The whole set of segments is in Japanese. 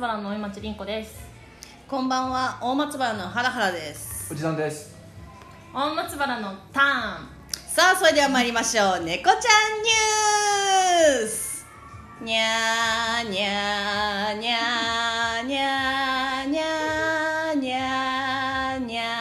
原の大町凛子です。 こんばんは、大松原のハラハラです。 おじさんです。 大松原のターン。 さあ、それでは参りましょう。猫ちゃんニュース。にゃーにゃーにゃーにゃーにゃーにゃーにゃ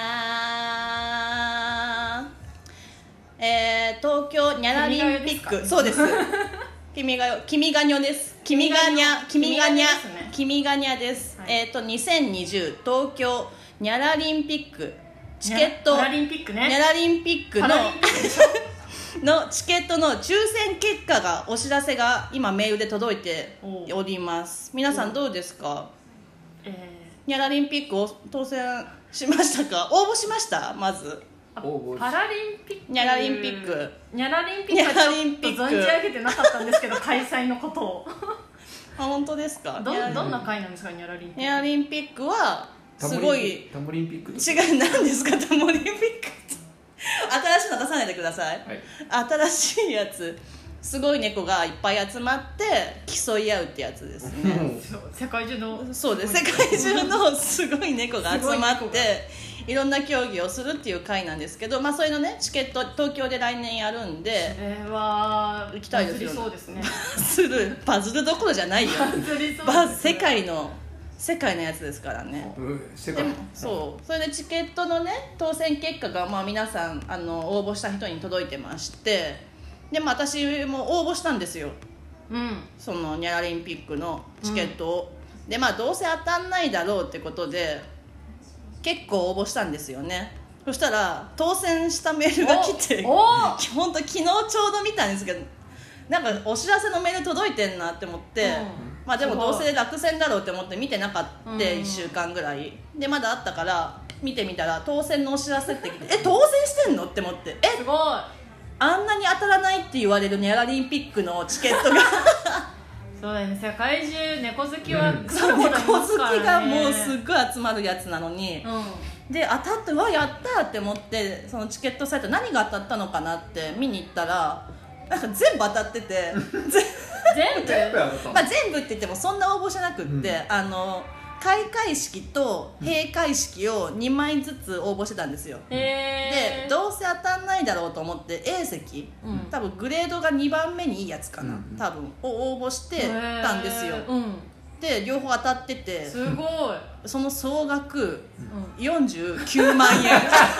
ー。東京ニャラリンピック。そうです。君がにょです。君がにゃです。2020東京ニャラリンピックチケット、 ニャラリンピックね。 ニャラリンピックののチケットの抽選結果がお知らせが今メールで届いております。皆さんどうですか？ニャラリンピックを当選しましたか？応募しました？まずパラリンピック、 ニャラリンピックはちょっと存じ上げてなかったんですけど開催のことを本当ですか？ どんな会なんですか？ニャラリンピック。 ニャラリンピックはすごいタモリンピック違う、何ですかタモリンピック新しいの出さないでください、はい、新しいやつ、すごい猫がいっぱい集まって競い合うってやつですね世界中のそうです、世界中のすごい猫が集まっていろんな競技をするっていう会なんですけど、まあそれのねチケット東京で来年やるんで、 それは行きたいですよね。 そうですね。 パズルどころじゃないよ世界のやつですからね。 世界。 それでチケットのね当選結果がまあ皆さん応募した人に届いてまして、でも私も応募したんですよ、そのニャラリンピックのチケットを、でまあどうせ当たんないだろうってことで結構応募したんですよね。そしたら当選したメールが来て本当昨日ちょうど見たんですけど、なんかお知らせのメール届いてんなって思って、まあでもどうせ落選だろうって思って見てなかった1週間ぐらいで、まだあったから見てみたら当選のお知らせって来て、当選してんのって思って、 すごい、 あんなに当たらないって言われるニャラリンピックのチケットがそうだよね、世界中猫好きはそう猫好きがもうすっごい集まるやつなのに、で当たってわやったって思って、そのチケットサイト何が当たったのかなって見に行ったらなんか全部当たってて全部って言ってもそんな応募じゃなくって、開会式と閉会式を2枚ずつ応募してたんですよ。でどうせ当たんないだろうと思って A 席、多分グレードが2番目にいいやつかな、多分を応募してたんですよ。で両方当たってて、 すごい、 その総額、49万円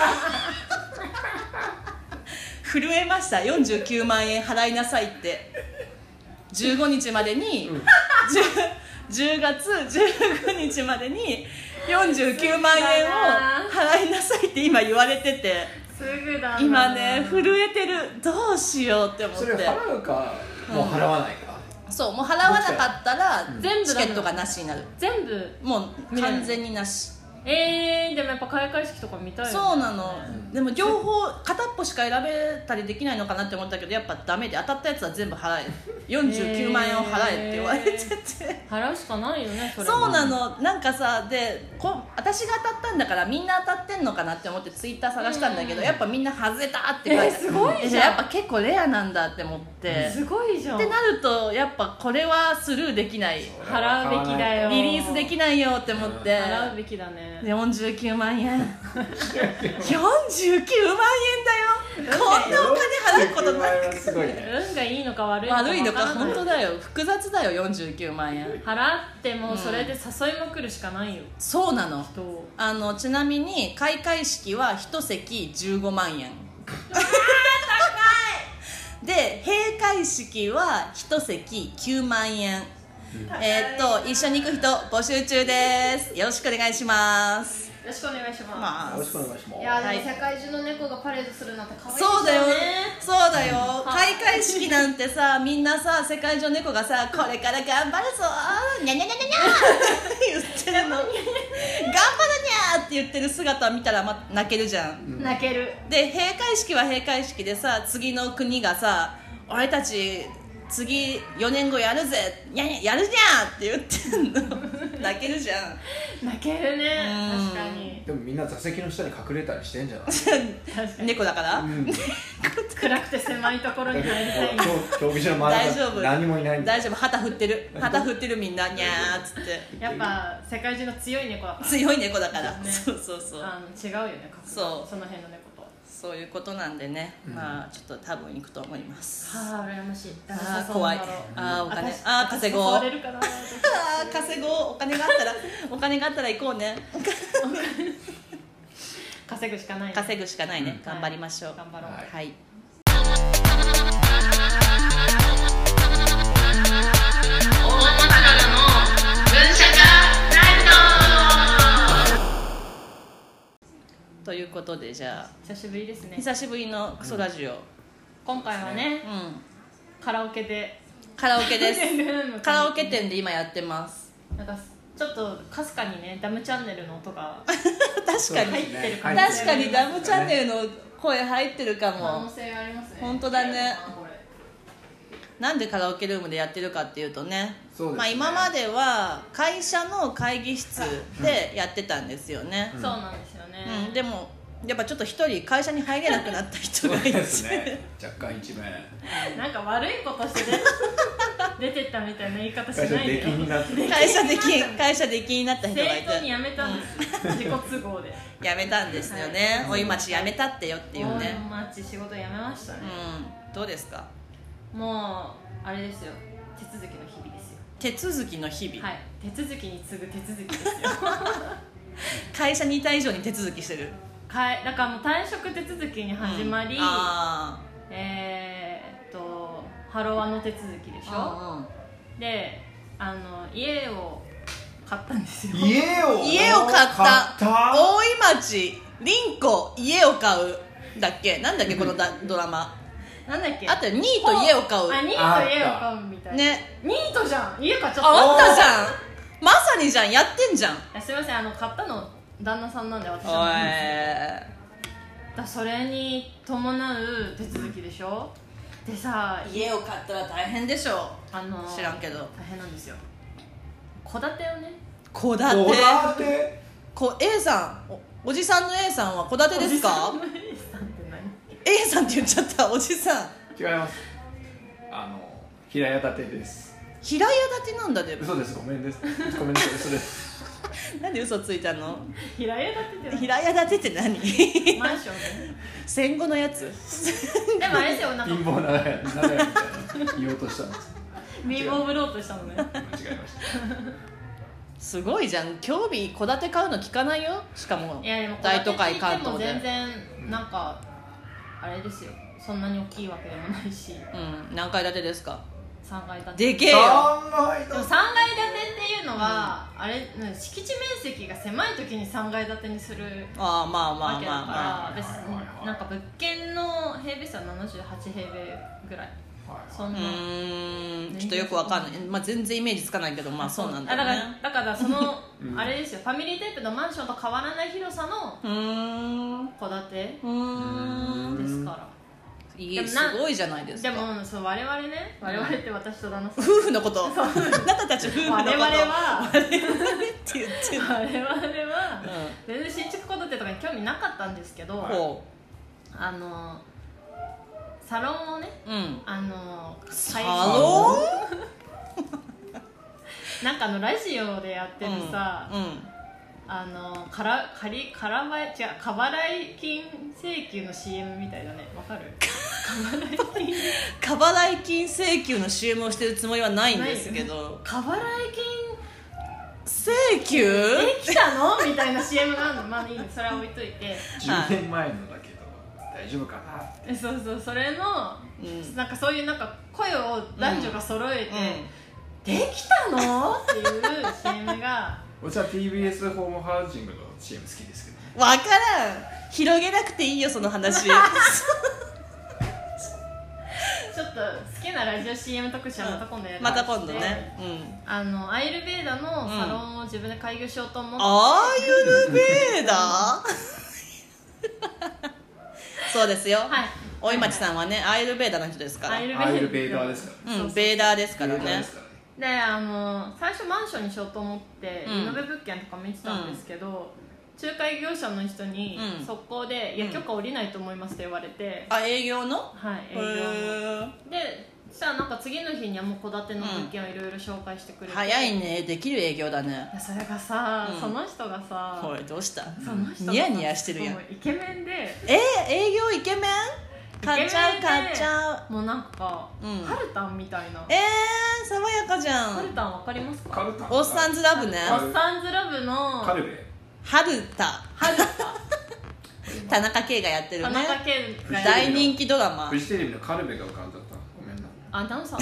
震えました。49万円払いなさいって15日までに、10月19日までに49万円を払いなさいって今言われてて、 すぐだな、 今ね震えてる、どうしようって思って。 それ払うかもう払わないか、 そう、もう払わなかったらチケットがなしになる。 全部もう完全になし。 でもやっぱ開会式とか見たいよね。 そうなの。でも両方片っぽしか選べたりできないのかなって思ったけど、やっぱダメで、当たったやつは全部払え、49万円を払えって言われてて払うしかないよね、それ。 そうなの。なんかさ、で私が当たったんだからみんな当たってんのかなって思ってツイッター探したんだけど、やっぱみんな外れたって書いてある。 すごいじゃん。 やっぱ結構レアなんだって思って、 すごいじゃんってなるとやっぱこれはスルーできない、 払うべきだよ、 リリースできないよって思って、 払うべきだね。 49万円49万円だよこんなお金払うことなく、 すごいね。 運がいいのか悪悪いのか、 分からない。 本当だよ、複雑だよ49万円払ってもそれで誘いまくるしかないよ、 そうなの。 人を。 ちなみに開会式は1席15万円で閉会式は1席9万円。一緒に行く人募集中です。よろしくお願いします。 よろしくお願いします。 よろしくお願いします。 いやでも世界中の猫がパレードするなんて可愛いですよね。 そうだよ、そうだよ。開会式なんてさ、みんなさ、世界中の猫がさ、これから頑張るぞー、にゃにゃにゃにゃにゃって言ってるの頑張るにゃーって言ってる姿を見たら、泣けるじゃん、 泣ける。 で閉会式は閉会式でさ、次の国がさ、俺たち次4年後やるぜやるじゃんって言ってんの泣けるじゃん。 泣けるね、確かに。 でもみんな座席の下に隠れたりしてんじゃない？ 確かに猫だから、 暗くて狭いところに入りたい。 競技場の周りに何もいないんだ。 大丈夫、旗振ってるみんなにゃーっつってやっぱ世界中の強い猫だから。 強い猫だから、 ね、 そう違うよね、その辺の猫と。 そういうことなんでね、まあちょっと多分行くと思います。 はあ、羨ましい。 怖い。お金稼ごう。稼ごう。お金があったら行こうね。 稼ぐしかないね。 稼ぐしかないね。頑張りましょう。 頑張ろう。 はい。ということで、じゃあ久しぶりですね。 久しぶりのクソラジオ。 今回はね、カラオケです。カラオケ店で今やってます。なんかちょっとかすかにね、ダムチャンネルの音が確かに入ってる感じ。 確かにダムチャンネルの声入ってるかも。 可能性ありますね。 本当だね。なんでカラオケルームでやってるかっていうとね、まあ、今までは会社の会議室でやってたんですよね。 そうなんですよね。 でもやっぱちょっと一人会社に入れなくなった人がいて若干一名なんか悪いことして出てったみたいな言い方しないでよ。 会社出禁になった人がいて正当に辞めたんですよ、自己都合で辞めたんですよね。おい町辞めたってよっていうね。 おい町仕事辞めましたね。 どうですか？ もうあれですよ、手続きの日々ですよ。 手続きの日々。 はい、手続きに次ぐ手続きですよ会社にいた以上に手続きしてる。 だからもう退職手続きに始まり、ハロワの手続きでしょ。で、家を買ったんですよ。 家を買った。大井町凛子家を買うだっけ、なんだっけこのドラマなんだっけ。 あとニート家を買う。 ニート家を買うみたいなね。 ニートじゃん、家買っちゃった。 あったじゃん、まさにじゃん、やってんじゃん。 すいません、買ったの旦那さんなんで、私はなんですよ。それに伴う手続きでしょ。でさ、 家を買ったら大変でしょ。知らんけど大変なんですよ。戸建てをね。 戸建て A さん、おじさんの A さんは戸建てですか？ A さんって言っちゃった。おじさん違います。平屋建てです。 平屋建てなんだ。でも嘘です。ごめんなさい、嘘です。 なんで嘘ついたの？ 平屋建てって平屋建てって何？ マンションね。 戦後のやつ。 でもあれですよ、なんか貧乏ならやみたいな言おうとしたんです。 貧乏ぶろうとしたのね。 間違えました。 すごいじゃん。興味戸建て買うの聞かないよ。しかも大都会関東で。全然なんかあれですよ。そんなに大きいわけでもないし。 何階建てですか ？3階建て。 でけえよ。 でも3階建てっていうのは、あれ敷地面積が狭い時に3階建てにするわけだから、なんか物件の平米数は78平米ぐらい。そんなちょっとよくわかんない。全然イメージつかないけど、まあそうなんだよね。 だからそのあれですよ、ファミリータイプのマンションと変わらない広さの戸建てですから。 すごいじじゃないですか。 でも我々ね、我々って私と旦那さん、 夫婦のこと、あなたたち夫婦のこと、 我々はって言ってる。 我々は全然新築戸建てとかに興味なかったんですけど、サロンをね、 サロンなんかラジオでやってるさ、過払い金請求の CM みたいだね。わかる？ 過払い金請求の CM をしてるつもりはないんですけど、 過払い金請求できたのみたいな CM があるの。まあいいね、それは置いといて。 10年前のだけど大丈夫かなって。 そうそれの、なんかそういうなんか声を男女が揃えて、できたのっていう CM が。 私は TBS ホームハウジングの CM 好きですけどね。 分からん、広げなくていいよその話。ちょっと好きなラジオ CM 特集はまた今度やる。 また今度ね。 アイルベーダのサロンを自分で開業しようと思って。 アイルベーダそうですよ。 はい。 大井町さんはねアイルベーダーの人ですから。 アイルベーダーですからね。ベーダーですからね。 で最初マンションにしようと思ってリノベ物件とか見てたんですけど、仲介業者の人に速攻で「いや許可下りないと思います」って言われて、 営業の？ はい、営業ので、そしたらなんか次の日にはもう戸建ての物件をいろいろ紹介してくれて、 早いね、できる営業だね。 それがさ、その人がさ、 おいどうした？ その人がニヤニヤしてるやん。 イケメンで、 営業イケメン？買っちゃう。 もうなんか、ハルタンみたいな。 爽やかじゃん。 ハルタンわかりますか？ オッサンズラブね。 オッサンズラブのカルベ。 ハルタ田中圭がやってるね。 田中圭が大人気ドラマ。 フジテレビのカルベが浮かんじゃった。ごめんな。 アナウンサー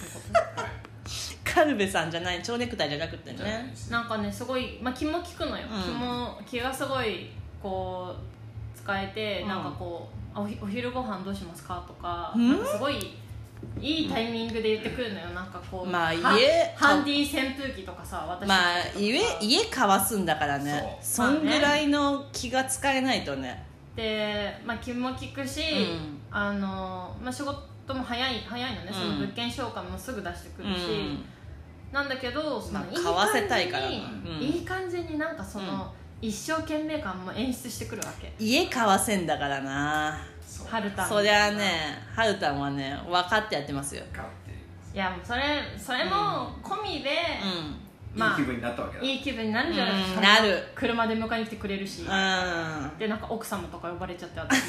カルベさんじゃない、蝶ネクタイじゃなくてね。 なんかねすごい、気も利くのよ。気がすごいこう使えて、なんかこうお昼ご飯どうしますかとか、なんかすごいいいタイミングで言ってくるのよ。なんかこう、ハンディ扇風機とかさ、私家買わすんだからね。そんぐらいの気が使えないとね。 で、気も利くし、仕事も早いのね。その物件紹介もすぐ出してくるし、なんだけどその買わせたいから、 いい感じになんかその、一生懸命感も演出してくるわけ。 家買わせんだからな。 ハルタンそりゃね、ハルタンはね分かってやってますよ。 いやもうそれも込みで、 いい気分になったわけだ。 いい気分になるじゃないですか。 なる。 車で迎えに来てくれるし、でなんか奥様とか呼ばれちゃって私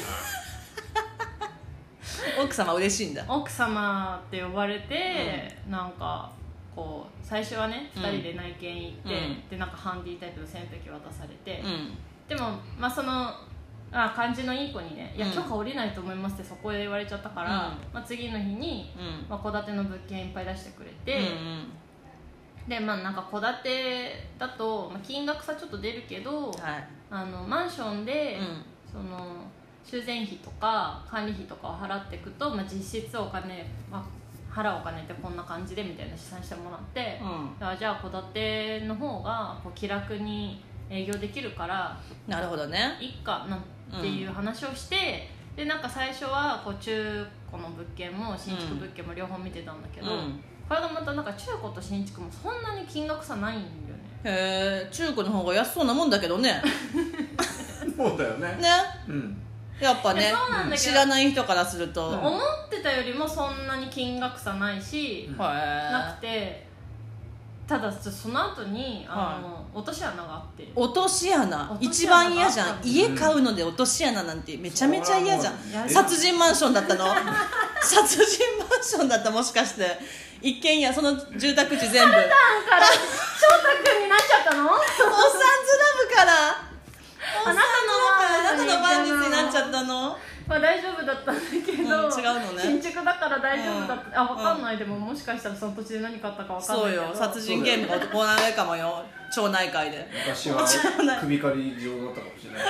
奥様嬉しいんだ。 奥様って呼ばれて、なんかこう最初はね2人で内見行って、でなんかハンディタイプの扇風機渡されて、でもその感じのいい子にね「いや許可下りないと思います」ってそこで言われちゃったから、次の日に戸建ての物件いっぱい出してくれて、でなんか戸建てだと金額差ちょっと出るけど、マンションでその修繕費とか管理費とかを払っていくと、実質お金、払うお金ってこんな感じでみたいな試算してもらって、じゃあ戸建ての方がこう気楽に営業できるからなるほどねいっかなんていう話をして、でなんか最初はこう中古の物件も新築物件も両方見てたんだけど、これがまたなんか中古と新築もそんなに金額差ないんだよね。 へえ、中古の方が安そうなもんだけどねそうだよね。 やっぱね、知らない人からすると、 思ってたよりもそんなに金額差ないし、なくて、ただその後に落とし穴があって。 落とし穴一番嫌じゃん。家買うので落とし穴なんてめちゃめちゃ嫌じゃん。殺人マンションだったの殺人マンションだった。もしかして一軒家、その住宅地全部ハルタンから翔太君になっちゃったのおっさんずラブからあなたの番組になっちゃったの。 大丈夫だったんだけど、 違うのね。 新築だから大丈夫だった。分かんない。でももしかしたらその土地で何かあったか分かんないけど。 そうよ、殺人現場が行われるかもよ、町内会で。 昔は首狩り場だったかもしれない。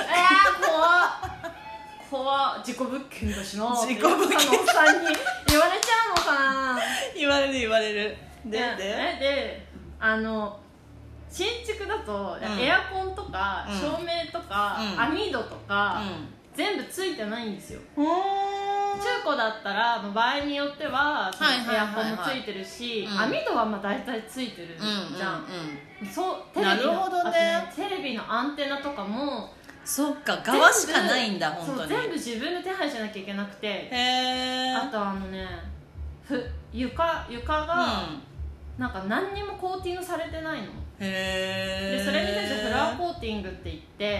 怖っ。事故物件だしな。 事故物件のおっさんに言われちゃうのかな。 言われる。 で新築だとエアコンとか照明とか網戸とか全部ついてないんですよ。中古だったら場合によってはエアコンもついてるし、網戸は大体ついてるじゃん。 なるほどね。 テレビのアンテナとかもそっか、側しかないんだ。本当に全部自分で手配しなきゃいけなくて、あと床がなんか何にもコーティングされてないの。でそれに対してフラワーコーティングって言って、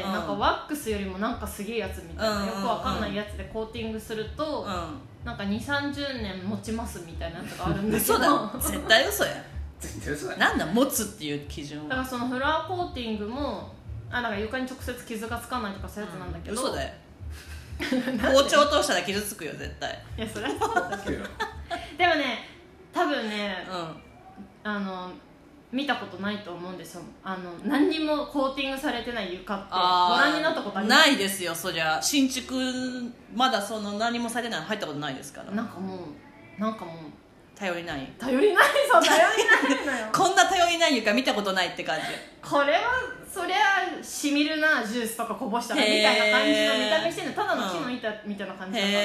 なんかワックスよりもなんかすげえやつみたいな、よくわかんないやつでコーティングすると、なんか 2,30 年持ちますみたいなやつがあるんですけど嘘だ、絶対嘘や。 絶対嘘だ。 なんだ持つっていう基準は。 だからそのフラワーコーティングもなんか床に直接傷がつかないとかそういうやつなんだけど、 嘘だよ包丁通したら傷つくよ絶対。 いやそれはそうだけどでもね、多分ね、見たことないと思うんですよ。何にもコーティングされてない床ってご覧になったことあります？ ないですよ。そりゃ新築まだその何もされてないの入ったことないですから。 なんかもう頼りない。 頼りないのよこんな頼りない床見たことないって感じ。 これはそりゃしみるな、ジュースとかこぼしたらみたいな感じの見た目してるの。ただの木の板みたいな感じだから。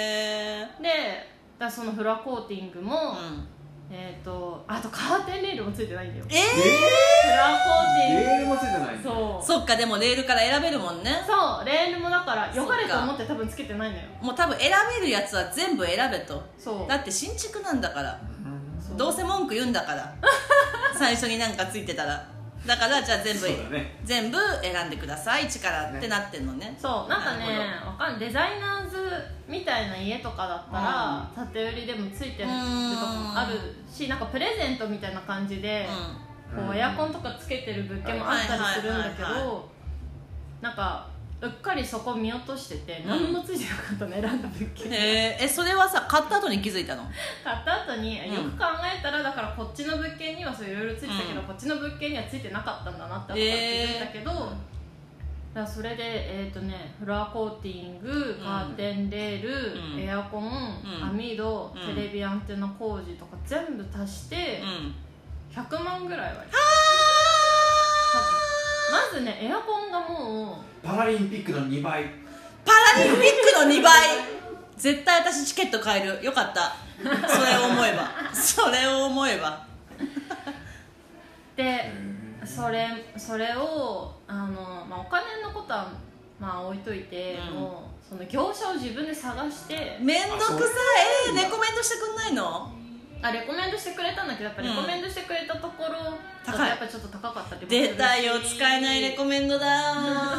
でそのフロアコーティングも、あとカーテンレールもついてないんだよ。フロアコーティングレールもついてない。 そっか。でもレールから選べるもんね。 そう、レールもだから良かれと思って多分つけてないのよ。 もう多分選べるやつは全部選べと。そうだって新築なんだから、どうせ文句言うんだから最初になんかついてたら。だからじゃあ全部選んでください一からってなってんのね。 そう、なんかね、わかんない。デザイナーズみたいな家とかだったら縦売りでもついてるとこもあるし、なんかプレゼントみたいな感じでこうエアコンとかつけてる物件もあったりするんだけど、なんかうっかりそこ見落としてて何もついてなかったの、選んだ物件。 それはさ、買った後に気づいたの？ 買った後によく考えたら、だからこっちの物件にはそういろいろついてたけど、こっちの物件にはついてなかったんだなって後から気づいたけど、だからそれでフロアコーティング、カーテンレール、エアコン、網戸、テレビアンテナ工事とか全部足して100万ぐらいは。まずね、エアコンがもうパラリンピックの2倍。 パラリンピックの2倍絶対私チケット買える。よかった、それを思えばそれを思えばで、それをお金のことは置いといて、もうその業者を自分で探して。 めんどくさい。レコメンドしてくんないの？ レコメンドしてくれたんだけど、やっぱレコメンドしてくれたところだとやっぱちょっと高かったってこと出たよ、使えないレコメンドだ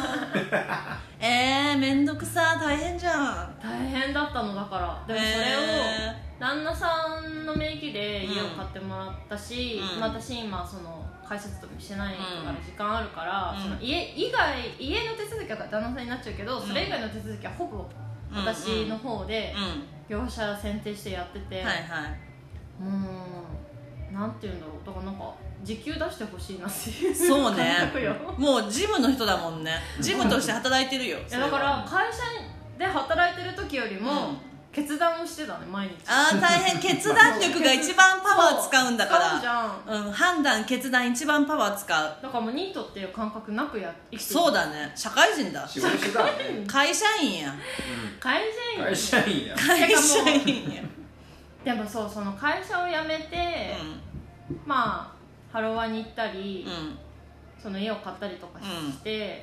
めんどくさ、大変じゃん。 大変だったの。だからでもそれを旦那さんの名義で家を買ってもらったし、私今その会社勤めしてないから時間あるから、その家の手続きは旦那さんになっちゃうけど、それ以外の手続きはほぼ私の方で業者選定してやってて、もうなんていうんだろう、だからなんか時給出してほしいなっていうそうねもうジムの人だもんね。ジムとして働いてるよ。 だから会社で働いてる時よりも決断をしてたね、毎日。 大変。決断力が一番パワー使うんだから。 使うじゃん、 判断決断一番パワー使う。 だからもうニートっていう感覚なく生きてる。 そうだね、社会人だ。会社員や。 会社員や。でもそう、その会社を辞めて、ハロワに行ったり、その家を買ったりとかして、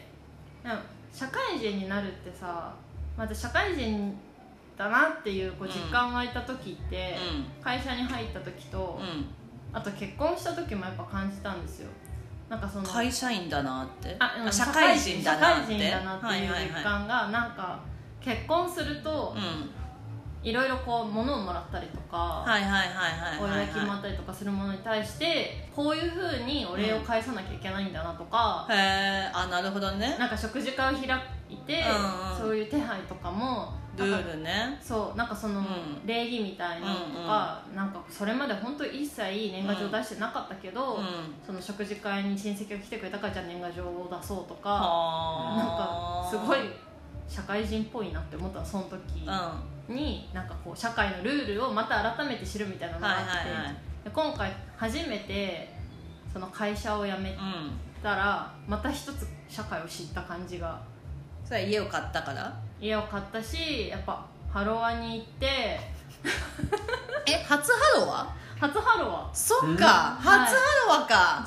社会人になるってさ、まず社会人だなっていう実感湧いた時って、会社に入った時と、あと結婚した時もやっぱ感じたんですよ。なんかその会社員だなって、 社会人だなっていう実感が、なんか結婚すると、いろいろこう物をもらったりとか、お祝い決まったりとかするものに対してこういうふうにお礼を返さなきゃいけないんだなとか、 なるほどね。 なんか食事会を開いて、そういう手配とかもルールね。 そう、なんかその礼儀みたいなのとか、なんかそれまで本当一切年賀状出してなかったけど、その食事会に親戚が来てくれたからじゃあ年賀状を出そうとか、なんかすごい社会人っぽいなって思ったの、その時に。なんかこう社会のルールをまた改めて知るみたいなのがあって、今回初めてその会社を辞めたら、また一つ社会を知った感じが。 それは家を買ったから？ 家を買ったし、やっぱハロワに行って初ハロワ？ 初ハロワ。 そっか、初ハロワか。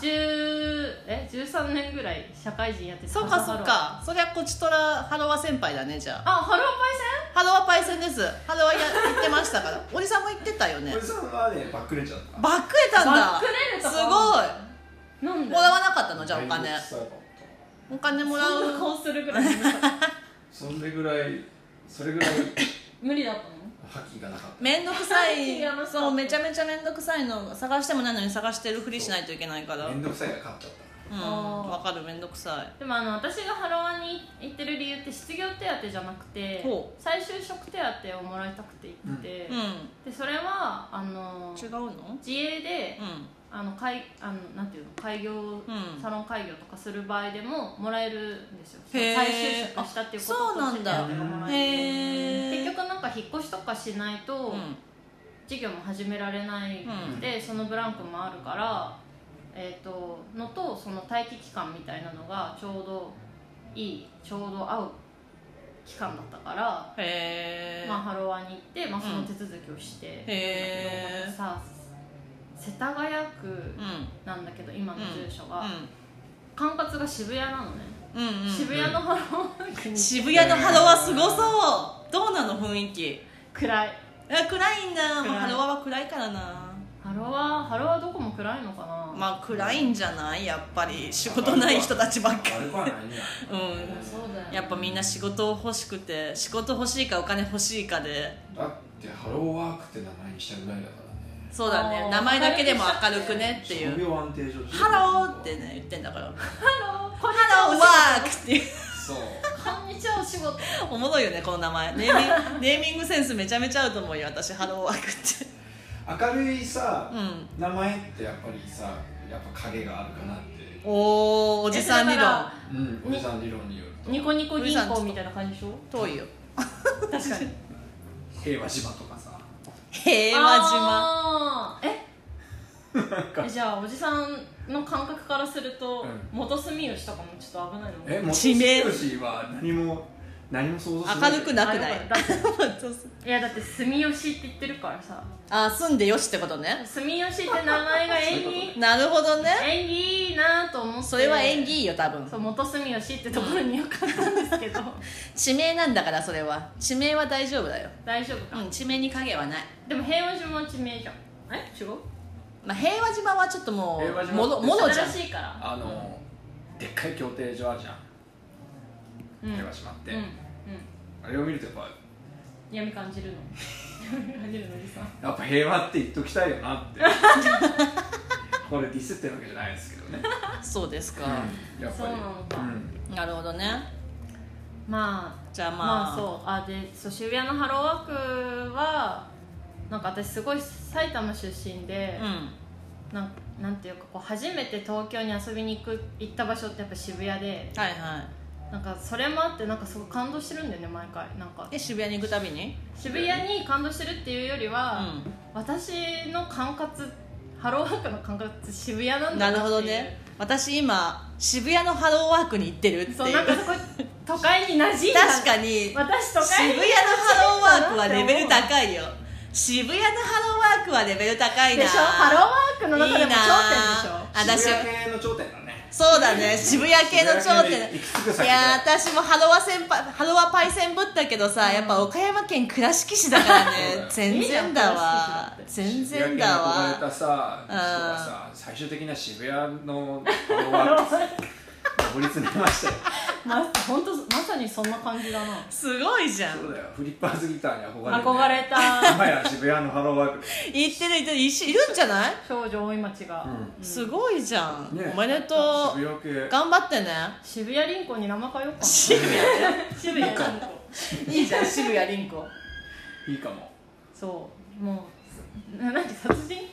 13年ぐらい社会人やってて。 そうかそうか。そりゃこちとらハロワ先輩だね。じゃあハロワパイセン？ ハロワパイセンです。ハロワ行ってましたからおじさんも行ってたよね。 おじさんはね、バックレちゃった。 バックれたんだ。 バックれるとかすごい。 なんでもらわなかったの？じゃあお金もらう。 そんな顔するぐらいそれぐらい無理だったの？ 覇気がなかった。 めんどくさいそう、めちゃめちゃめんどくさいの。探してもないのに探してるふりしないといけないから。 めんどくさいが勝っちゃった。 わかる、めんどくさい。 でも私がハロワに行ってる理由って失業手当じゃなくて再就職手当をもらいたくて行って、でそれは違うの？ 自営で、なんていうの、開業、サロン開業とかする場合でももらえるんですよ。再就職したっていうこととして手当がもらえる。結局なんか引っ越しとかしないと、 授業も始められないで、そのブランクもあるから、のとその待機期間みたいなのがちょうど合う期間だったから、まあ、ハロワに行って、まあ、その手続きをして、さ世田谷区なんだけど、今の住所が、管轄が渋谷なのね。渋谷のハロワークに、 渋谷のハロワすごそう。どうなの雰囲気？ 暗い。 暗いんだ。まあ、ハロワは暗いからな。 ハロワどこも暗いのかな。 まあ暗いんじゃない？やっぱり仕事ない人たちばっかり。やっぱみんな仕事欲しくて、仕事欲しいかお金欲しいかで。 だってハローワークって名前にしたぐらいだからね。 そうだね、名前だけでも明るくねっていう。ハローってね言ってんだから。ハローワークっていう。 そう。 こんにちはお仕事。 おもろいよねこの名前。ネーミングセンスめちゃめちゃ合うと思うよ私。ハローワークって。 明るいさ、名前ってやっぱりさ、やっぱ影があるかなって。 おじさん理論。 おじさん理論によると。 ニコニコ銀行みたいな感じでしょ。 遠いよ。 確かに。 平和島とかさ。 平和島。 じゃあおじさんの感覚からすると、元住吉とかもちょっと危ないの？ 元住吉は何も想像しない。 明るくなくない？ いやだって住吉って言ってるからさ。 あ、住んでよしってことね。 住吉って名前が縁起。 なるほどね。 縁起いいなと思って。それは縁起いいよ多分。 そう、元住吉ってところによかったんですけど。 地名なんだからそれは。地名は大丈夫だよ。 大丈夫か。 地名に影はない。 でも平和島は地名じゃん。違う？ まあ、平和島はちょっともうものじゃん。 新しいから。 でっかい競艇場あるじゃん。平和島って。あれを見るとやっぱ闇感じるの。感じるのおじさん。 やっぱ平和って言っときたいよなって。これディスってるわけじゃないですけどね。 そうですか。 やっぱり。 そうなのか。 なるほどね。 まあじゃあまあそう渋谷のハローワークはなんか私すごい埼玉出身で、なんていうかこう初めて東京に遊びに行った場所ってやっぱ渋谷で、なんかそれもあってなんかすごい感動してるんだよね毎回。なんか渋谷に行くたびに渋谷に感動してるっていうよりは、私の管轄ハローワークの管轄渋谷なんだなっていう。 なるほどね。私今渋谷のハローワークに行ってるっていう。 そうなんかそこ都会に馴染んだ。 確かに私都会に渋谷のハローワークはレベル高いよ。渋谷のハローワークはレベル高いな。 でしょ。ハローワークの中でも頂点でしょ。 渋谷系の頂点だね。 そうだね、渋谷系の頂点。いや私もハロワパイセンぶったけどさ、やっぱ岡山県倉敷市だからね。全然だわ。全然だわ。 憧れたさ人がさ、最終的な渋谷のハローワーク上り詰めましたよ。 本当まさにそんな感じだな。 すごいじゃん。 そうだよ。フリッパーズギターに憧れた。 今や渋谷のハローワーク行ってるいるんじゃない？ 少女多い町が。 すごいじゃん。おめでとう。 渋谷系頑張ってね。 渋谷凛子に生通ようかな。 渋谷凛子。いいじゃん渋谷凛子。 いいかも。 そうもう何殺人？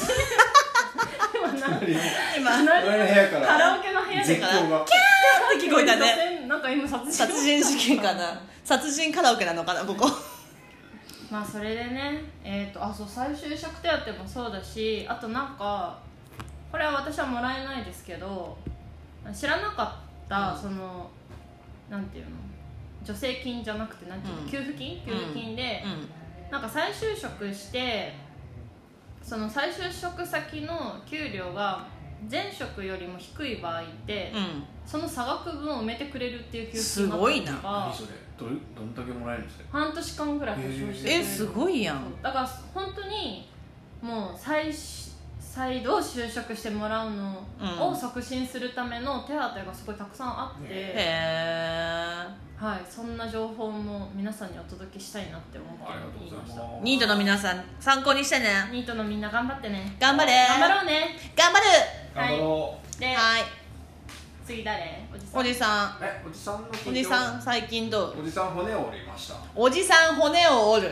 今俺の部屋からカラオケの部屋で絶叫がキャーって聞こえたね。 なんか今殺人事件かな。殺人カラオケなのかなここ。 まあそれでねそう再就職手当もそうだし、あとなんかこれは私はもらえないですけど、知らなかったそのなんていうの助成金じゃなくてなんていうの給付金でなんか再就職してその再就職先の給料が前職よりも低い場合って、その差額分を埋めてくれるっていう給付金があったりとか。 すごいな。どんだけもらえるんですか？ 半年間ぐらい保証してくれる。 すごいやん。 だから本当にもう再度就職してもらうのを促進するための手当がすごいたくさんあって、はい、そんな情報も皆さんにお届けしたいなって思って言いました。 ニートの皆さん参考にしてね。 ニートのみんな頑張ってね。 頑張れ。 頑張ろうね。 頑張る。 頑張ろう。で、次誰？ おじさん。おじさん最近どう？ おじさん骨を折りました。 おじさん骨を折る。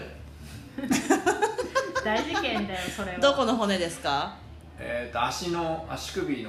大事件だよそれは。 どこの骨ですか？ 足首の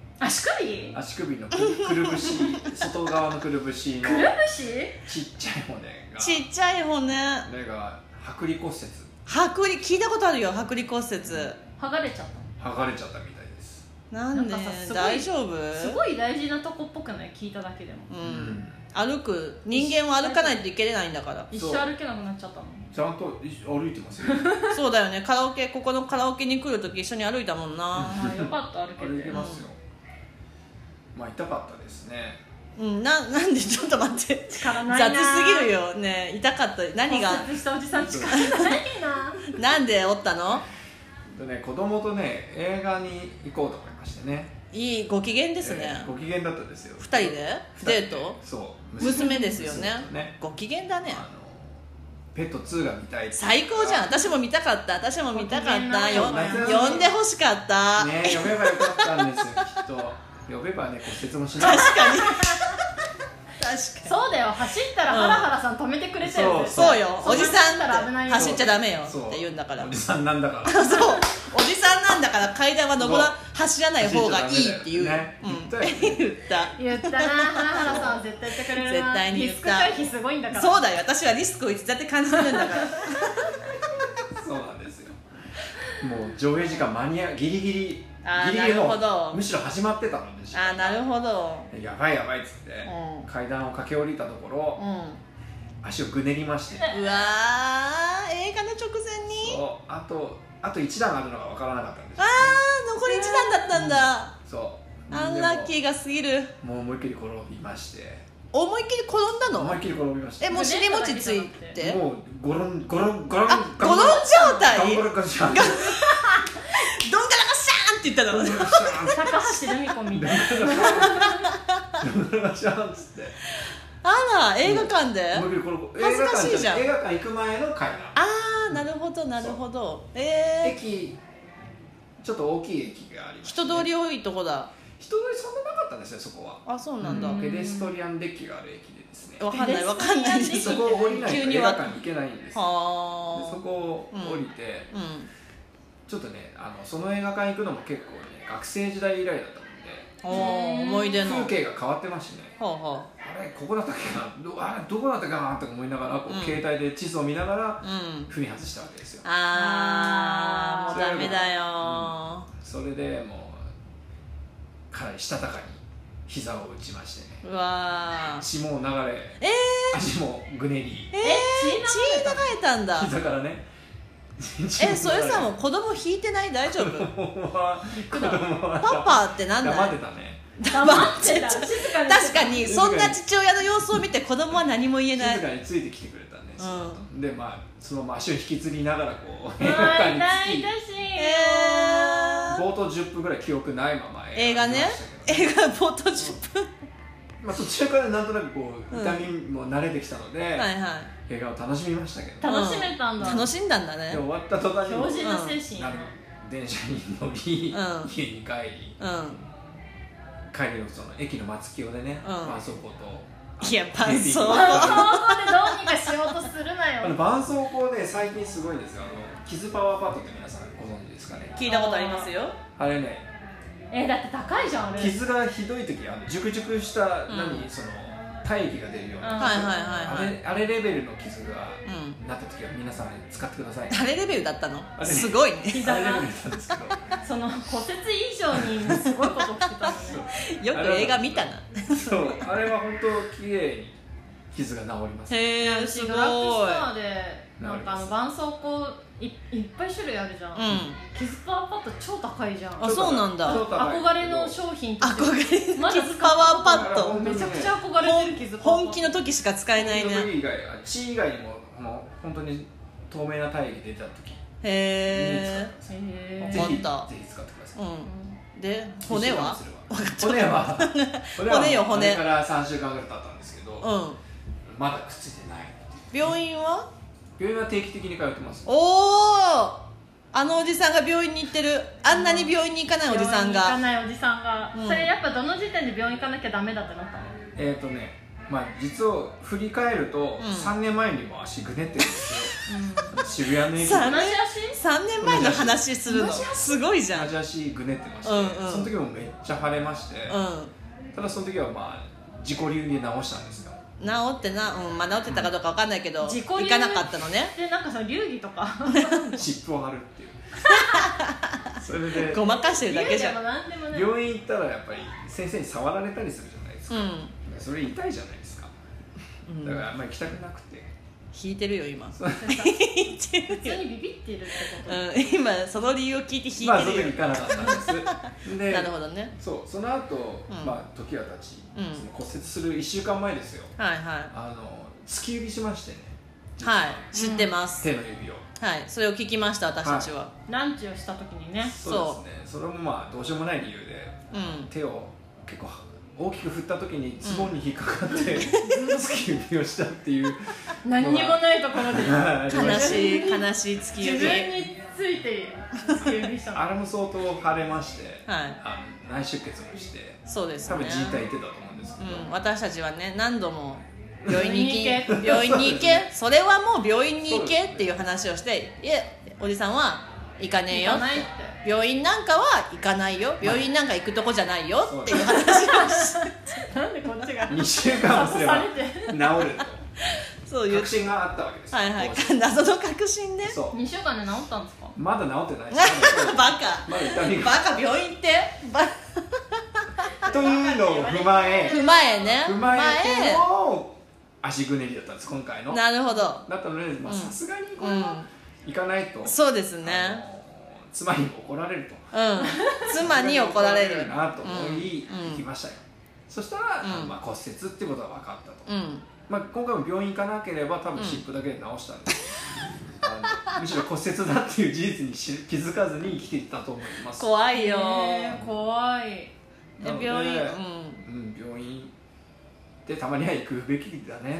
くるぶし外側のくるぶしのちっちゃい骨がちっちゃい骨これが剥離骨折。 聞いたことあるよ、剥離骨折。 剥がれちゃった剥がれちゃったみたいです。 なんで大丈夫？ すごい大事なとこっぽくない？聞いただけでも。 人間は歩かないといけないんだから。 一生歩けなくなっちゃったの。 ちゃんと歩いてますよ。 そうだよね。ここのカラオケに来るとき一緒に歩いたもんな。 よかった歩けて。 歩いてますよ。まあ痛かったですね。 なんでちょっと待って、 力ないな、 雑すぎるよね。痛かった。何が骨折したおじさん力ないな。 なんで折ったの？ 子供とね映画に行こうと思いましてね。 いいご機嫌ですね。 ご機嫌だったんですよ。 2人でデート？ そう、 娘ですよね。ご機嫌だね。 ペット2が見たい。 最高じゃん。私も見たかった。呼んでほしかったね。呼べばよかったんですよ、きっと。呼べばね、骨折もしない。 確かにそうだよ、走ったらハラハラさん止めてくれてる。 そうよ、おじさんって走っちゃダメよって言うんだから。 おじさんなんだからそう、おじさんなんだから階段は走らない方がいいって言う。言ったな、ハラハラさん絶対言ってくれるな。 絶対に言った。 リスク回避すごいんだから。 そうだよ、私はリスクをいつだって感じてるんだからそうなんですよ。もう上映時間ギリギリのむしろ始まってたので、 なるほど、 やばいっつって、階段を駆け下りたところ、足をぐねりまして、 うわー、映画の直前に。 そう、あと1段あるのが分からなかったんです。 残り1段だったんだ。 そう、 アンラッキーが過ぎる。 もう思いっきり転びまして。 思いっきり転んだの？ 思いっきり転びました。 もう尻餅ついて、 もうゴロン状態。 どんがらがシャーンって言ったの。 高橋留美子みたいな。 どんがらがシャーンっつって。 あら、映画館で？恥ずかしいじゃん。 映画館行く前の階段。 なるほど。 駅、ちょっと大きい駅がありまして、 人通り多いとこだ。 人通りそんななかったんですよ、そこは。 そうなんだ。 ペデストリアンデッキがある駅でですね。 わかんないです。 そこを降りないと映画館に行けないんですよ。そこを降りて、ちょっとね、その映画館行くのも結構ね、学生時代以来だったので、 思い出の風景が変わってましてね。あれ、ここだったっけな、どこだったかなって思いながら、携帯で地図を見ながら踏み外したわけですよ。 もうダメだよ。 それでもうかなりしたたかに膝を打ちましてね。 うわ、 血も流れ、足もぐねり、 血流れたんだ。 膝からね。 それさ、もう子供引いてない？大丈夫？ 子供はパパってなんだ？ 黙ってたね。 黙ってた。 確かにそんな父親の様子を見て子供は何も言えない。 静かについてきてくれたんです。で、そのまま足を引きずりながらこう映画館に着き、冒頭10分ぐらい記憶ないまま映画ね。映画冒頭10分。 途中からなんとなくこう痛みも慣れてきたので、映画を楽しみましたけど。 楽しめたんだ。 楽しんだんだね。 で終わった途端に強靭な精神。 電車に乗り、家に帰り、帰りのその駅の松清でね、絆創膏と。 いや、絆創膏でどうにかしようとするなよ。 絆創膏ね、最近すごいんですよ。キズパワーパッドって皆さんご存知ですかね。 聞いたことありますよ。 あれね、 だって高いじゃんあれ。 傷がひどい時、熟々したその体液が出るような、あれレベルの傷がなった時は皆さん使ってください。 あれレベルだったの？すごいね。 膝があれレベルだったんですけど、 その骨折以上にすごいこと起きてたのね。 よく映画見たな。 そう、あれは本当綺麗に傷が治ります。 へえ、すごい。 ドラッグストアでなんか絆創膏いっぱい種類あるじゃん。キズパワーパッド超高いじゃん。 そうなんだ。 憧れの商品として。 憧れキズパワーパッド。 めちゃくちゃ憧れてるキズパワーパッド。 本気の時しか使えないね。 血以外にも本当に透明な体液出た時。 へえ。 ぜひ使ってください。 で、骨は？ 骨から3週間ぐらい経ったんですけど、まだくっついてない。 病院は定期的に通ってます。 おお、あのおじさんが病院に行ってる。あんなに病院に行かないおじさんが。 行かないおじさんが。それやっぱどの時点で病院行かなきゃダメだってなったの？ 実を振り返ると3年前にも足ぐねってるんですよ。渋谷の駅で 3年前の話するのすごいじゃん。 同じ足ぐねってまして、その時もめっちゃ腫れまして、ただその時は自己流で治したんですよ。 ってまあ治ってたかどうかわかんないけど、行かなかったのね。 でなんかその流儀とか湿布を貼るっていうそれでごまかしてるだけじゃん。 病院行ったらやっぱり先生に触られたりするじゃないですか、それ痛いじゃないですか、だからあんまり行きたくなくて引いてるよ今。 普通にビビってるってこと？ 今その理由を聞いて引いてるよ。 まあその時行かなかったんですでなるほどね。 そうその後、まあ時は経ち、骨折する1週間前ですよ。 はいはい。 突き指しましてね。 はい、知ってます。 手の指を。 はい、それを聞きました私たちは。 ランチをした時にね。 そうですね。それもまあどうしようもない理由で、手を結構大きく振った時にズボンに引っかかって突き指をしたっていう。 何にもないところで悲しい突き指。 自分について突き指したの。 あれも相当腫れまして、内出血もして、 そうですね。 多分靭帯いってたと思うんですけど、 私たちはね何度も病院に行けそれはもう病院に行けっていう話をして、いえおじさんは行かねえよって、病院なんかは行かないよ、病院なんか行くとこじゃないよっていう話をしてなんでこっちが 2週間もすれば治るとそういう確信があったわけです。 はいはい、謎の確信ね。 そう2週間で治ったんですか？ まだ治ってないですバカ、 まだ痛みがバカ、病院ってというのを踏まえての足ぐねりだったんです、今回の。 なるほど。 だったのでさすがにこれは行かないと、 そうですね、 妻に怒られると、 妻に怒られるなと思い行きましたよ。そしたら骨折っていうことが分かったと。まあ今回も病院行かなければ多分湿布だけで治したんですむしろ骨折だっていう事実に気づかずに生きていったと思います。 怖いよ、 怖い。 病院でたまには行くべきだね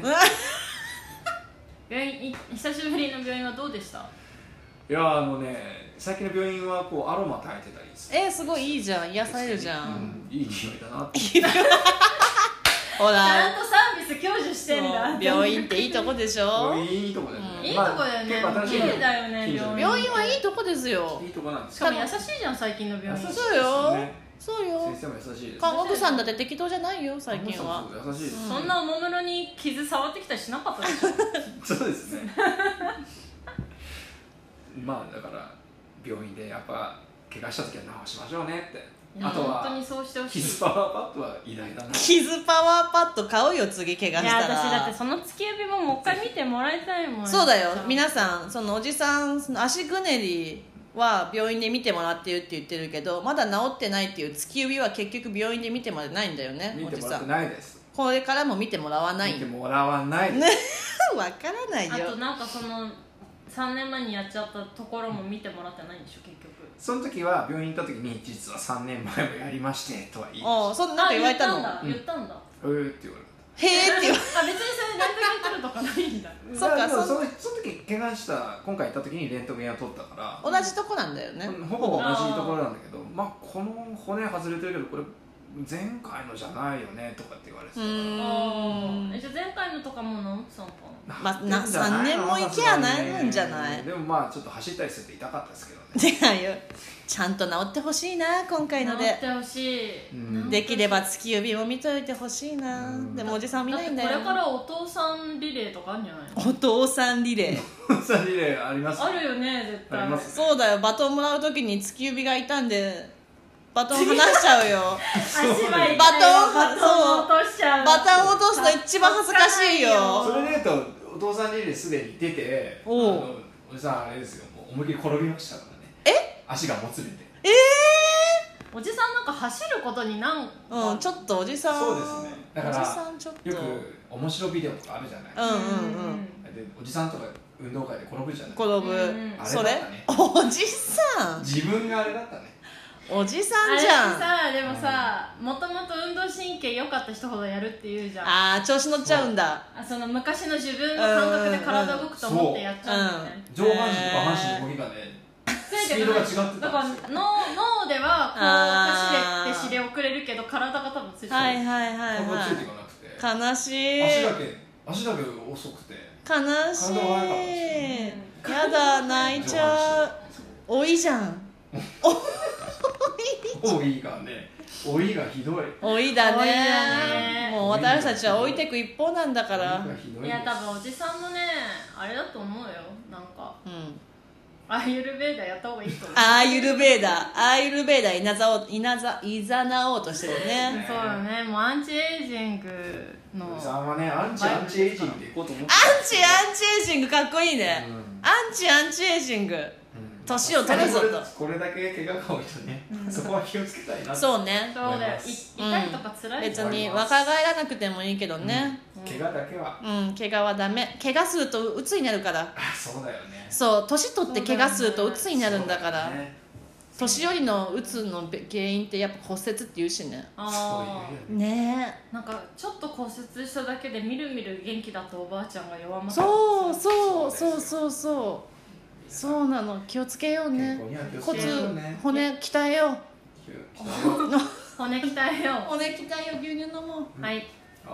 病院久しぶりの病院はどうでした？ いや最近の病院はこうアロマ焚いてたりする。 すごいいいじゃん、癒されるじゃん、 いい匂いだなってほらちゃんとサービス享受してんだ。 病院っていいとこでしょ。 いいとこだよね。 いいとこだよね。綺麗だよね。 病院はいいとこですよ。 いいとこなんです。 しかも優しいじゃん最近の病院。 そうよ。そうよ。 先生も優しいです。 看護婦さんだって適当じゃないよ最近は。 優しいです。 そんなおもむろに傷触ってきたりしなかったでしょ。 そうですね。まあだから病院でやっぱ怪我した時は治しましょうねって。あとは傷パワーパッドは偉大だな。 傷パワーパッド買うよ次怪我したら。 いや私だってその突き指ももう一回見てもらいたいもん。 そうだよ、皆さんそのおじさん足ぐねりは病院で見てもらってるって言ってるけど、まだ治ってないっていう突き指は結局病院で見てもらってないんだよね。 見てもらってないです。 これからも見てもらわない。 見てもらわないです。 わからないよ。 あとなんかその3年前にやっちゃったところも見てもらってないんでしょ結局。 その時は病院行った時に実は3年前もやりましてとは言いました。 そんな言われたの？ 言ったんだ。 って言われた。 へーって言われた。 別にそれレントゲン取るとかないんだ。 そっか、その時怪我した今回行った時にレントゲンを取ったから同じとこなんだよね。 ほぼ同じところなんだけど、まあこの骨外れてるけどこれ前回のじゃないよねとかって言われてたから。 じゃあ前回のとかも治ってたのかな。 まあ3年も行けばなるんじゃない。 でもまあちょっと走ったりすると痛かったですけどね。 ちゃんと治ってほしいな今回ので。 治ってほしい。 できれば突き指も見といてほしいな。でもおじさん見ないんだよ。 これからお父さんリレーとかあるんじゃないの？ お父さんリレー。 お父さんリレーあります。 あるよね絶対。 あります。 そうだよ、バトンもらう時に突き指が痛んでバトン離しちゃうよ。バトン落としちゃう。バトン落とすの一番恥ずかしいよ。 それで言うとお父さんリレーすでに出て、おじさんあれですよ、もう思いっきり転びましたからね。足がもつれて。 おじさんなんか走ることにちょっとおじさん。 そうですね。だからおじさんちょっとよく面白ビデオとかあるじゃない。でおじさんとか運動会で転ぶじゃない。 転ぶ。それ？おじさん。 自分があれだったね。 おじさんじゃん。 あれでもさ、もともと運動神経良かった人ほどやるっていうじゃん。 調子乗っちゃうんだ。 その昔の自分の感覚で体動くと思ってやっちゃうんだよね。 上半身と下半身の動きがねスピードが違ってたんですよ。 だから脳ではこう走れって知れ遅れるけど体が多分ついてる。 はいはいはいはい。ついていかなくて悲しい。 足だけ遅くて悲しい。やだ泣いちゃう。老いじゃん。老い老いがね、老いがひどい。 老いだね。もう私たちは老いていく一方なんだから。 いや多分おじさんもねあれだと思うよ。なんかアーユルベーダやった方がいいと思う。 アーユルベーダいざなおうとしてるね。 そうだね。もうアンチエイジングのおじさんはね、アンチエイジングでいこうと思って。 アンチエイジングかっこいいね。アンチエイジング。年を取るぞと。 これだけ怪我が多いとね、そこは気をつけたいな。 そうね。 そうだよ。痛いとか辛い。 別に若返らなくてもいいけどね。 怪我だけは。 怪我はダメ。怪我すると鬱になるから。 あ、そうだよね。 そう、年取って怪我すると鬱になるんだから。年寄りの鬱の原因ってやっぱ骨折って言うしね。ねえ。 なんかちょっと骨折しただけでみるみる元気だったおばあちゃんが弱まった。そうなの。気をつけようね。骨鍛えよう。 骨鍛えよう。 牛乳飲もう。 はい。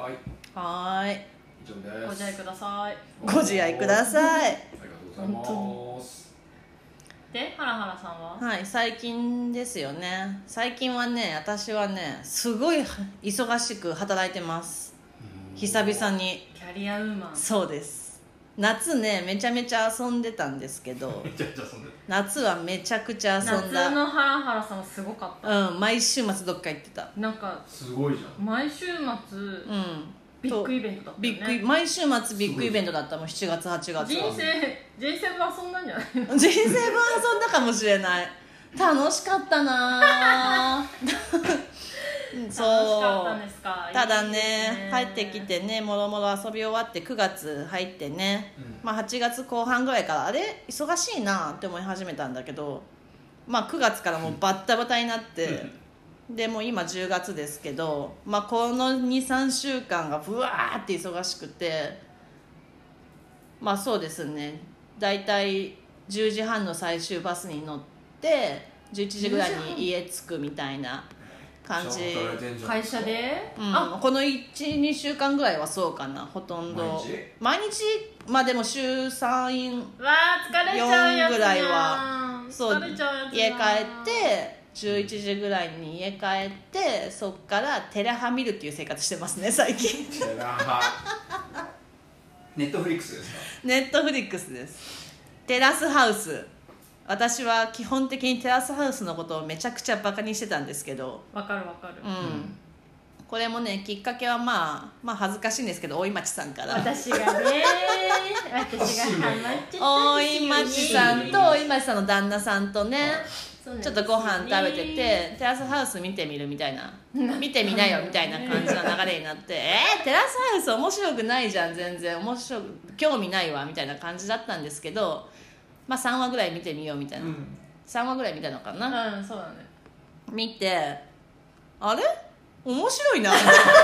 以上です。 ご自愛ください。 ご自愛ください。 ありがとうございます。 で、ハラハラさんは？ はい、最近ですよね。最近はね、私はね、すごい忙しく働いてます。久々に。 キャリアウーマン。 そうです。夏ね、めちゃめちゃ遊んでたんですけど、夏はめちゃくちゃ遊んだ。 夏のハラハラさんはすごかった。 毎週末どっか行ってた。 なんかすごいじゃん。 毎週末ビッグイベントだったよね。 毎週末ビッグイベントだったもん。7月8月は。 人生分遊んだんじゃないの？ 人生分遊んだかもしれない。楽しかったなそう楽しかったんですか。 ただね、帰ってきてね、もろもろ遊び終わって9月入ってね、8月後半ぐらいからあれ忙しいなって思い始めたんだけど、9月からもうバッタバタになってでもう今10月ですけど、この 2,3 週間がブワーって忙しくて、そうですね、だいたい10時半の最終バスに乗って11時ぐらいに家着くみたいな感じ。 会社で、 この 1,2 週間ぐらいはそうかな。ほとんど毎日でも週3、4ぐらいはそう家帰って11時ぐらいに家帰ってそっからテレハ見るっていう生活してますね最近。 テレハネットフリックスですか？ ネットフリックスです。テラスハウス。私は基本的にテラスハウスのことをめちゃくちゃバカにしてたんですけど、 わかる、 これもね、きっかけは恥ずかしいんですけど、大井町さんから。 私がハマってたんですよ。 大井町さんと大井町さんの旦那さんとね、ちょっとご飯食べてて、テラスハウス見てみるみたいな、見てみなよみたいな感じの流れになってテラスハウス面白くないじゃん、全然興味ないわみたいな感じだったんですけど、3話ぐらい見てみようみたいな、3話ぐらい見たのかな、 そうだね。 見てあれ面白いなあれ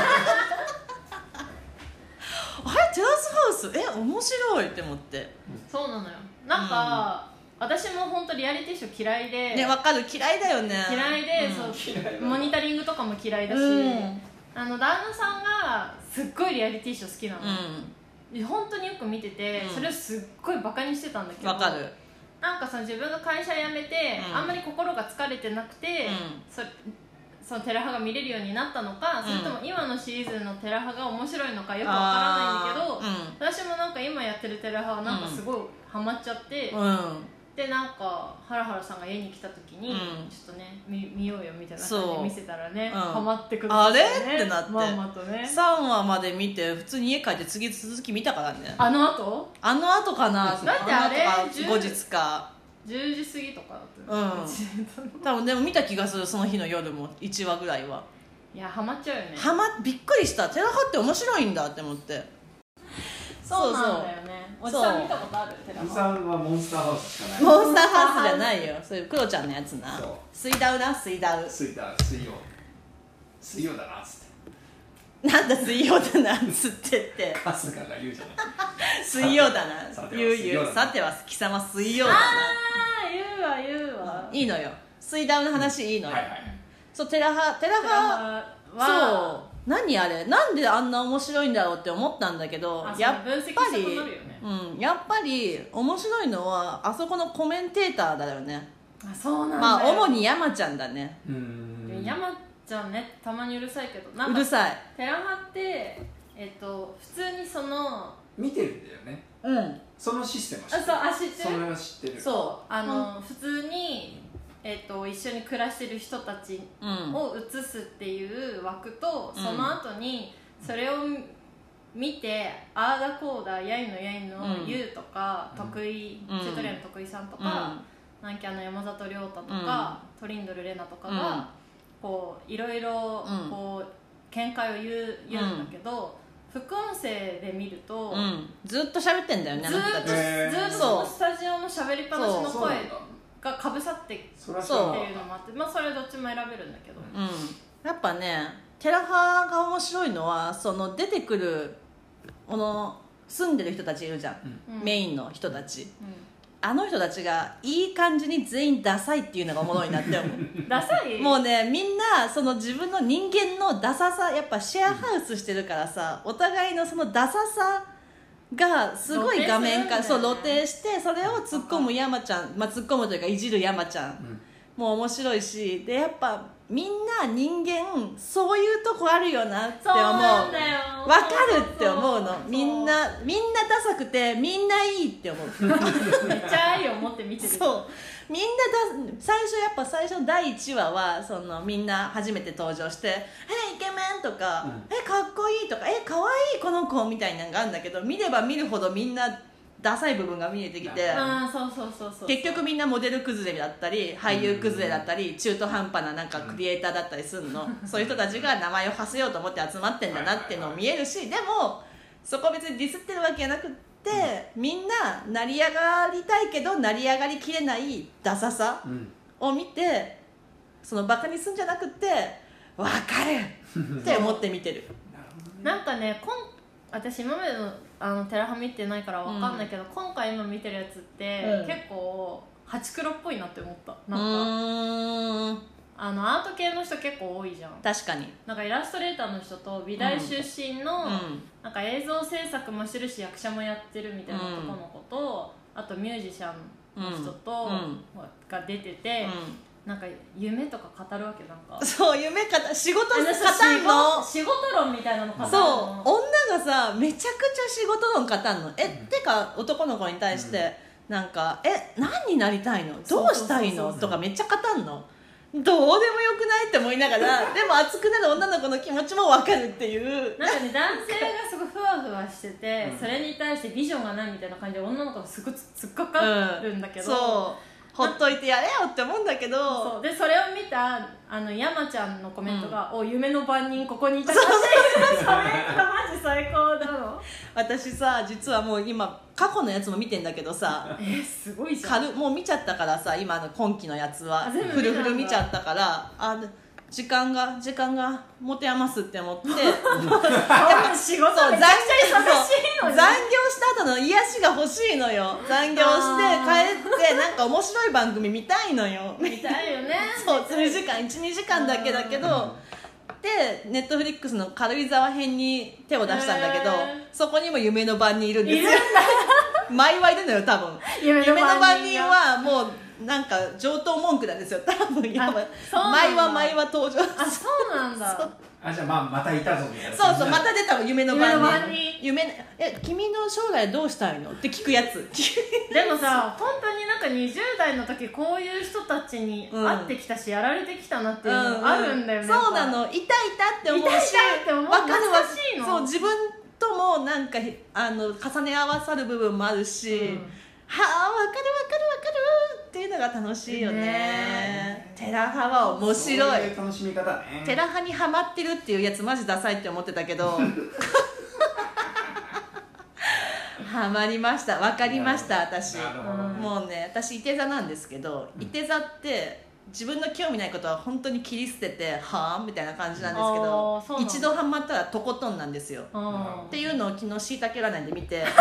テラスハウス面白いって思って。 そうなのよ。なんか、私も本当リアリティショー嫌いでね、分かる、嫌いだよね。 嫌いで、そうモニタリングとかも嫌いだし、旦那さんがすっごいリアリティショー好きなの、本当によく見てて、それをすっごいバカにしてたんだけど、 分かる。 なんか自分が会社辞めて、あんまり心が疲れてなくて、そのテラハが見れるようになったのか、それとも今のシーズンのテラハが面白いのかよくわからないんだけど、私もなんか今やってるテラハはなんかすごいハマっちゃって、でなんかハラハラさんが家に来た時に、ちょっとね 見ようよみたいな感じで見せたらね、ハマってくる、 あれってなって、 まんまとね 3話まで見て普通に家帰って次続き見たからね。 あの後かな。 だってあれ後日か 10時過ぎとかだった、 多分。でも見た気がする、その日の夜も1話ぐらいは。 いやハマっちゃうよね。 びっくりした。テラハって面白いんだって思って。 そうなんだよね。おじさん見たことある？テラハ。 おじさんはモンスターハウスしかない。 モンスターハウスじゃないよ。そういうクロちゃんのやつな。水ダウだ、水ダウ。 水曜だなっつって。 なんだ水曜だなっつってって。 春日が言うじゃない。 水曜だな。言う。さては貴様水曜だな。 言うわ。 いいのよ。水ダウの話いいのよ。そう、テラハそう。何あれ、なんであんな面白いんだろうって思ったんだけど、やっぱり面白いのはあそこのコメンテーターだよね。 あ、そうなんだ。 まあ主に山ちゃんだね。 山ちゃんね、たまにうるさいけど、 なんかうるさい。 テラハって普通にその見てるんだよね。 うん。 そのシステムは知ってる。 それは知ってる。 そう、普通に一緒に暮らしてる人たちを映すっていう枠と、その後にそれを見て、あーだこうだやいのやいのゆうとか、徳井チュートリアルの徳井さんとか、なんか山里亮太とか、トリンドルレナとかがこういろいろこう見解を言うんだけど、副音声で見ると、 ずっと喋ってんだよね。 ずっとそのスタジオの喋りっぱなしの声がかぶさってっていうのもあって、まあそれどっちも選べるんだけど、 やっぱね、テラハが面白いのは、その出てくる住んでる人たちいるじゃん、メインの人たち、あの人たちがいい感じに全員ダサいっていうのがおもろいなって思うダサい？ もうね、みんなその自分の人間のダサさ、やっぱシェアハウスしてるからさ、お互いのそのダサさがすごい画面化、そう露呈して、それを突っ込む山ちゃん、突っ込むというかいじる山ちゃん、もう面白いし、でやっぱみんな人間そういうとこあるよなって思う。 そうなんだよ。 分かるって思うの。みんなダサくてみんないいって思うめっちゃ愛を持って見てる。 そう、みんな最初第1話はそのみんな初めて登場して「イケメン」とか「かっこいい」とか「かわいいこの子」みたいなのがあるんだけど、見れば見るほどみんなダサい部分が見えてきて、結局みんなモデル崩れだったり俳優崩れだったり中途半端ななんかクリエイターだったりするの、そういう人たちが名前を馳せようと思って集まってんだなっていうのも見えるし、でもそこ別にディスってるわけじゃなくって、みんな成り上がりたいけど成り上がりきれないダサさを見て、そのバカにすんじゃなくて分かるって思って見てるなんかね、私今までのテラハ見てないから分かんないけど、今回今見てるやつって、結構ハチクロっぽいなって思った。なんかアート系の人結構多いじゃん。 確かに。 なんかイラストレーターの人と美大出身の、なんか映像制作もしてるし役者もやってるみたいな男の子と、あとミュージシャンの人と、が出てて、なんか夢とか語るわけ。なんかそう、仕事語んの、 仕事論みたいなの語るの。 そう、女がさめちゃくちゃ仕事論語んの。てか男の子に対して、なんか何になりたいの、どうしたいのとかめっちゃ語んの。どうでもよくないって思いながらでも熱くなる女の子の気持ちも分かるっていう。 なんかね、男性がすごいふわふわしてて、それに対してビジョンがないみたいな感じで女の子がすごい突っかかるんだけど、 そうほっといてやれよって思うんだけど、 そうでそれを見た山ちゃんのコメントが「お夢の番人ここにいたらしい」それがマジ最高だの。 私さ、実はもう今過去のやつも見てんだけどさ、 すごいじゃん。 もう見ちゃったからさ、今の今期のやつはフルフル見ちゃったから、時間が持て余すって思って仕事めちゃくちゃ忙しいのに、 残業した後の癒しが欲しいのよ。残業して帰ってなんか面白い番組見たいのよ。 見たいよね。 そう、数時間 1,2 時間だけだけど、でネットフリックスの軽井沢編に手を出したんだけど、そこにも夢の番人いるんですよ。毎話いるのよ多分。夢の番人はもうなんか上等文句なんですよ多分。毎話登場。 あ、そうなんだ。 じゃあまたいたぞみたいな。 そうそう、また出たの夢の番人。君の将来どうしたいのって聞くやつ。 でもさ、本当になんか20代の時こういう人たちに会ってきたし、やられてきたなっていうのがあるんだよね。 そうなの、いたって思うし、 分かるわ。 そう、自分ともなんか重ね合わさる部分もあるし、はあ、分かるっていうのが楽しいよね。テラハは面白い。 そういう楽しみ方ね。 テラハにハマってるっていうやつマジダサいって思ってたけどハマりました。分かりました。私もうね、私いて座なんですけど、いて座って自分の興味ないことは本当に切り捨ててはぁみたいな感じなんですけど、一度ハマったらとことんなんですよ。っていうのを昨日しいたけ占いで見て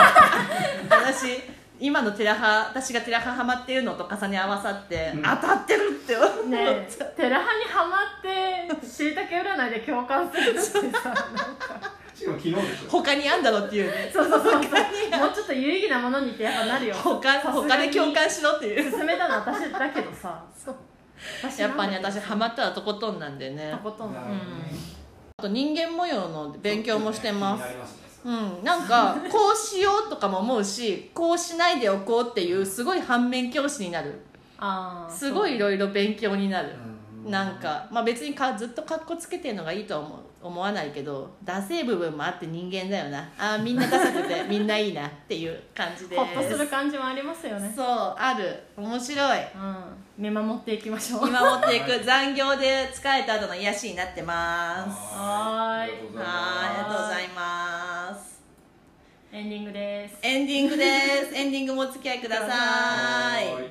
今の私がテラハハマってるのと重ね合わさって、当たってるって思って、 テラハにハマってしいたけ占いで共感するってさ、なんかしかも昨日でしょ。 他にあんだろっていうね。 そうもうちょっと有意義なものにってやっぱなるよ。 他で共感しろっていう。 勧めたの私だけどさ。 やっぱね、私ハマったらとことんなんでね。 とことんなんで。 あと人間模様の勉強もしてます。なんかこうしようとかも思うし、こうしないでおこうっていうすごい反面教師になる。すごいいろいろ勉強になる。なんか、まあ、別にずっとカッコつけてるのがいいとは思わないけど、ダセい部分もあって人間だよな、みんなダサくてみんないいなっていう感じです。 ホッとする感じもありますよね。 そう、ある。面白い、 見守っていきましょう。 見守っていく。残業で疲れた後の癒しになってます。 はい、 ありがとうございます。 エンディングです。 エンディングですエンディングもお付き合いください。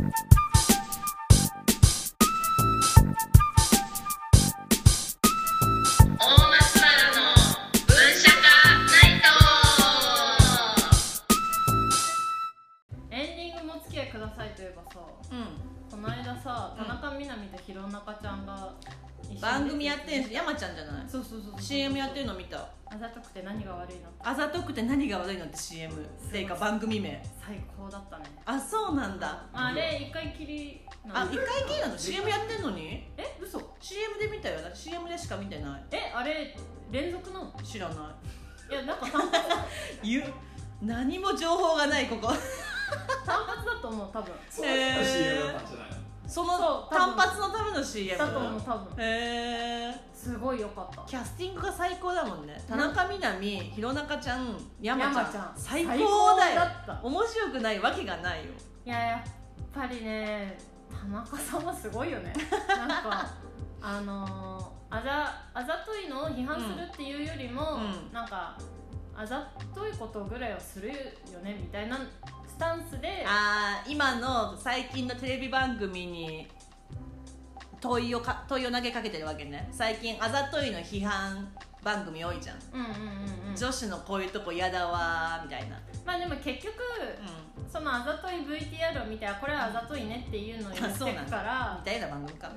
くださいといえばさ、この間さ、田中みな実と弘中ちゃんが番組やってんし、山ちゃんじゃない？ そう CM やってるの見た。 あざとくて何が悪いの？ あざとくて何が悪いのって CM っていうか番組名。 最高だったね。 あ、そうなんだ。 あれ一回きりなの？一回きりなの？ CM やってんのに？ 嘘？ CM で見たよ。だって CM でしか見てない。 あれ連続なの？ 知らない。 いや、なんか単発何も情報がないここ。 単発だと思う、多分。 その CM だったんじゃないの？ その単発のための CM だと思う、多分。すごい良かった。 キャスティングが最高だもんね。田中みな実、弘中ちゃん、山ちゃん、最高だよ。面白くないわけがないよ。 いや、やっぱりね、田中さんはすごいよね。なんかあざといのを批判するっていうよりも、なんかあざといことぐらいはするよねみたいなスタンスで、 今の最近のテレビ番組に問いを投げかけてるわけね。最近あざといの批判番組多いじゃん。女子のこういうとこ嫌だわみたいな。 まあでも結局、そのあざとい VTR を見て、これはあざといねっていうのを言ってくからみたいな番組か。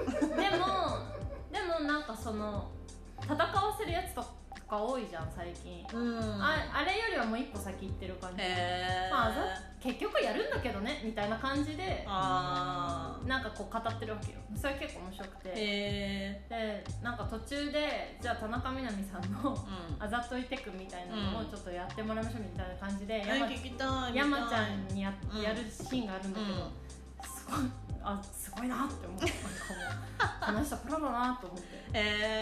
でもなんかその戦わせるやつとか多いじゃん最近。あれよりはもう一歩先行ってる感じ。まあ結局やるんだけどねみたいな感じで、なんかこう語ってるわけよ。それ結構面白くて、でなんか途中でじゃあ田中みな実さんのあざといテクみたいなのをちょっとやってもらいましょうみたいな感じで、山ちゃんにやるシーンがあるんだけど、すごいなって思って、この人プロだなと思って、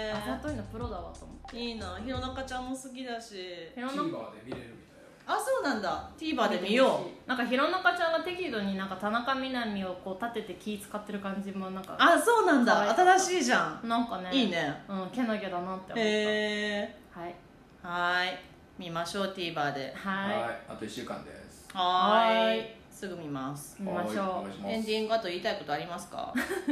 あざといのプロだわと思って。 いいな。弘中ちゃんも好きだし、 TVer で見れるみたいよ。 あ、そうなんだ。 TVer で見よう。なんか弘中ちゃんが適度になんか田中みな実をこう立てて気使ってる感じもなんか、 そうなんだ。新しいじゃん。 なんかね、 いいね。 けなげだなって思った。 はい、見ましょう TVer で。 あと1週間です。 すぐ見ます。 見ましょう。 エンディングあと言いたいことありますか？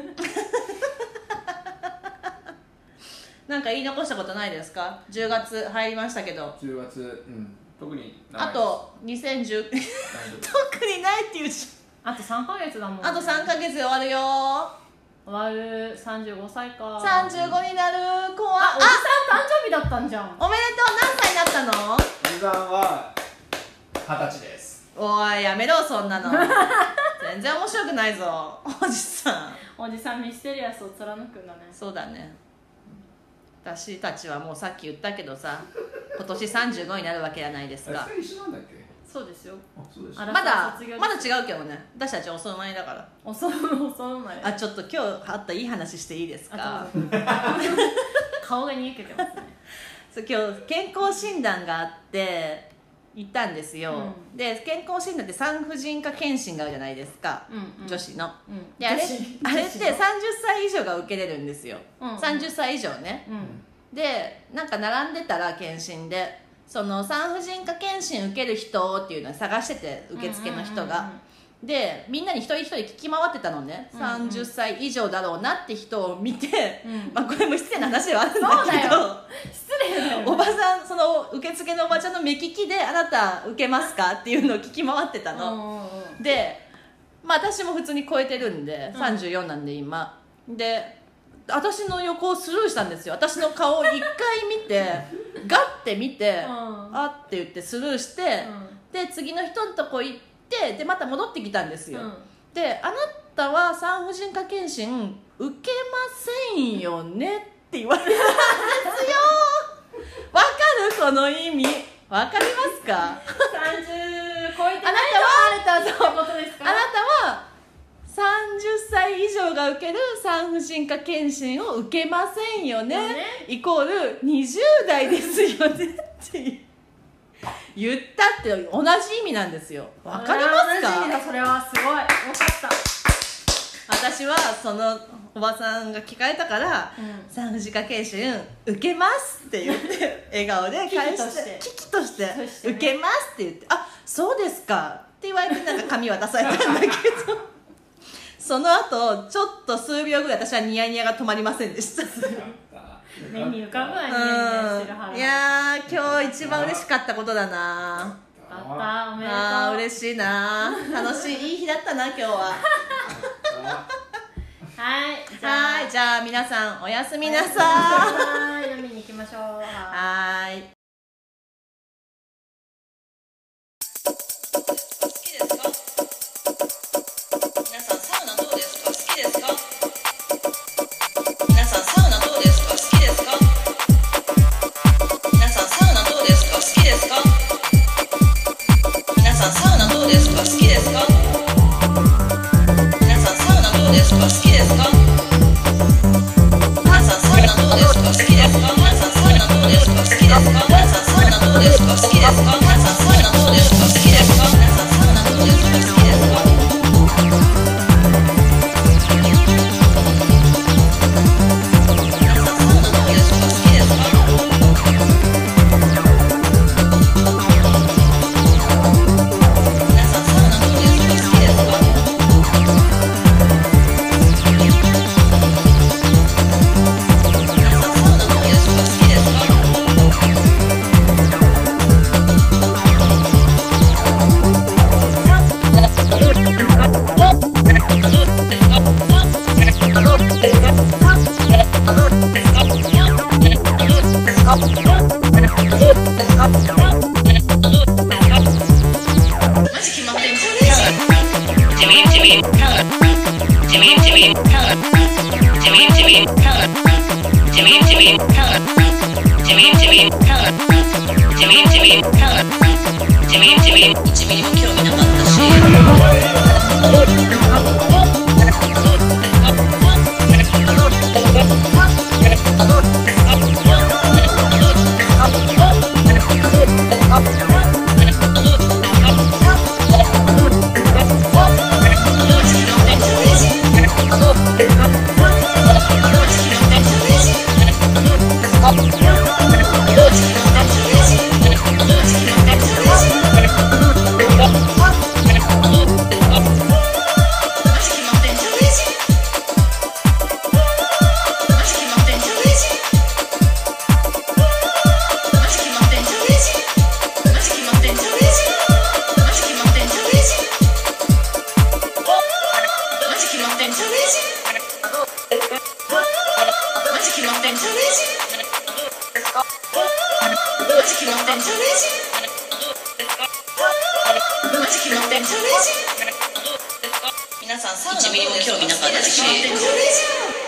なんか言い残したことないですか？10月入りましたけど。 10月、特にあと2010特にないっていうし、 あと3ヶ月だもんね。 あと3ヶ月で終わるよ。 終わる。35歳か。 35になる。怖っ。 おじさん誕生日だったんじゃん。 おめでとう。何歳になったの？ おじさんは20歳です。 おい、やめろそんなの。全然面白くないぞおじさん。 おじさんミステリアスを貫くんだね。 そうだね。私たちはもうさっき言ったけどさ、今年35になるわけじゃないですか。 一緒なんだっけ？ そうですよ。 そうです。まだ違うけどね。私たち遅生まれだから。 遅生まれ。 ちょっと今日あったいい話していいですか？ 顔がにやけてますね。 今日健康診断があって行ったんですよ。で健康診断って産婦人科検診があるじゃないですか、女子の。であれって30歳以上が受けれるんですよ。30歳以上ね。でなんか並んでたら検診で、その産婦人科検診受ける人っていうのを探してて、受付の人が。でみんなに一人一人聞き回ってたのね。30歳以上だろうなって人を見て、まあこれも失礼な話ではあるんだけど、 失礼だよ。 おばさん、その受付のおばちゃんの目利きで「あなた受けますか?」っていうのを聞き回ってたの。でまあ私も普通に超えてるんで、34なんで今で私の横をスルーしたんですよ。私の顔を一回見てガッて見て、あって言ってスルーして、で次の人のとこ行って、でまた戻ってきたんですよ。で、あなたは産婦人科検診受けませんよねって言われたんですよ。わかる？この意味わかりますか？ 30超えてないとあなたってことですか？ あなたは30歳以上が受ける産婦人科検診を受けませんよね、イコール20代ですよねって言ったって同じ意味なんですよ。わかりますか？ 同じ意味だ。それはすごい分かった。 私はそのおばさんが聞かれたから、産婦人科検診受けますって言って笑顔で返して危機として受けますって言って、あ、そうですかって言われて、なんか紙渡されたんだけどその後ちょっと数秒ぐらい私はニヤニヤが止まりませんでした目に浮かぶわ、ニヤニヤしてる肌。 いやー、今日一番嬉しかったことだな。 よかった、おめでとう。 あー、嬉しいな。楽しい、いい日だったな今日ははい、 じゃあ皆さんおやすみなさい。 はい、飲みに行きましょう。 はい。皆さん1ミリも興味なかったし。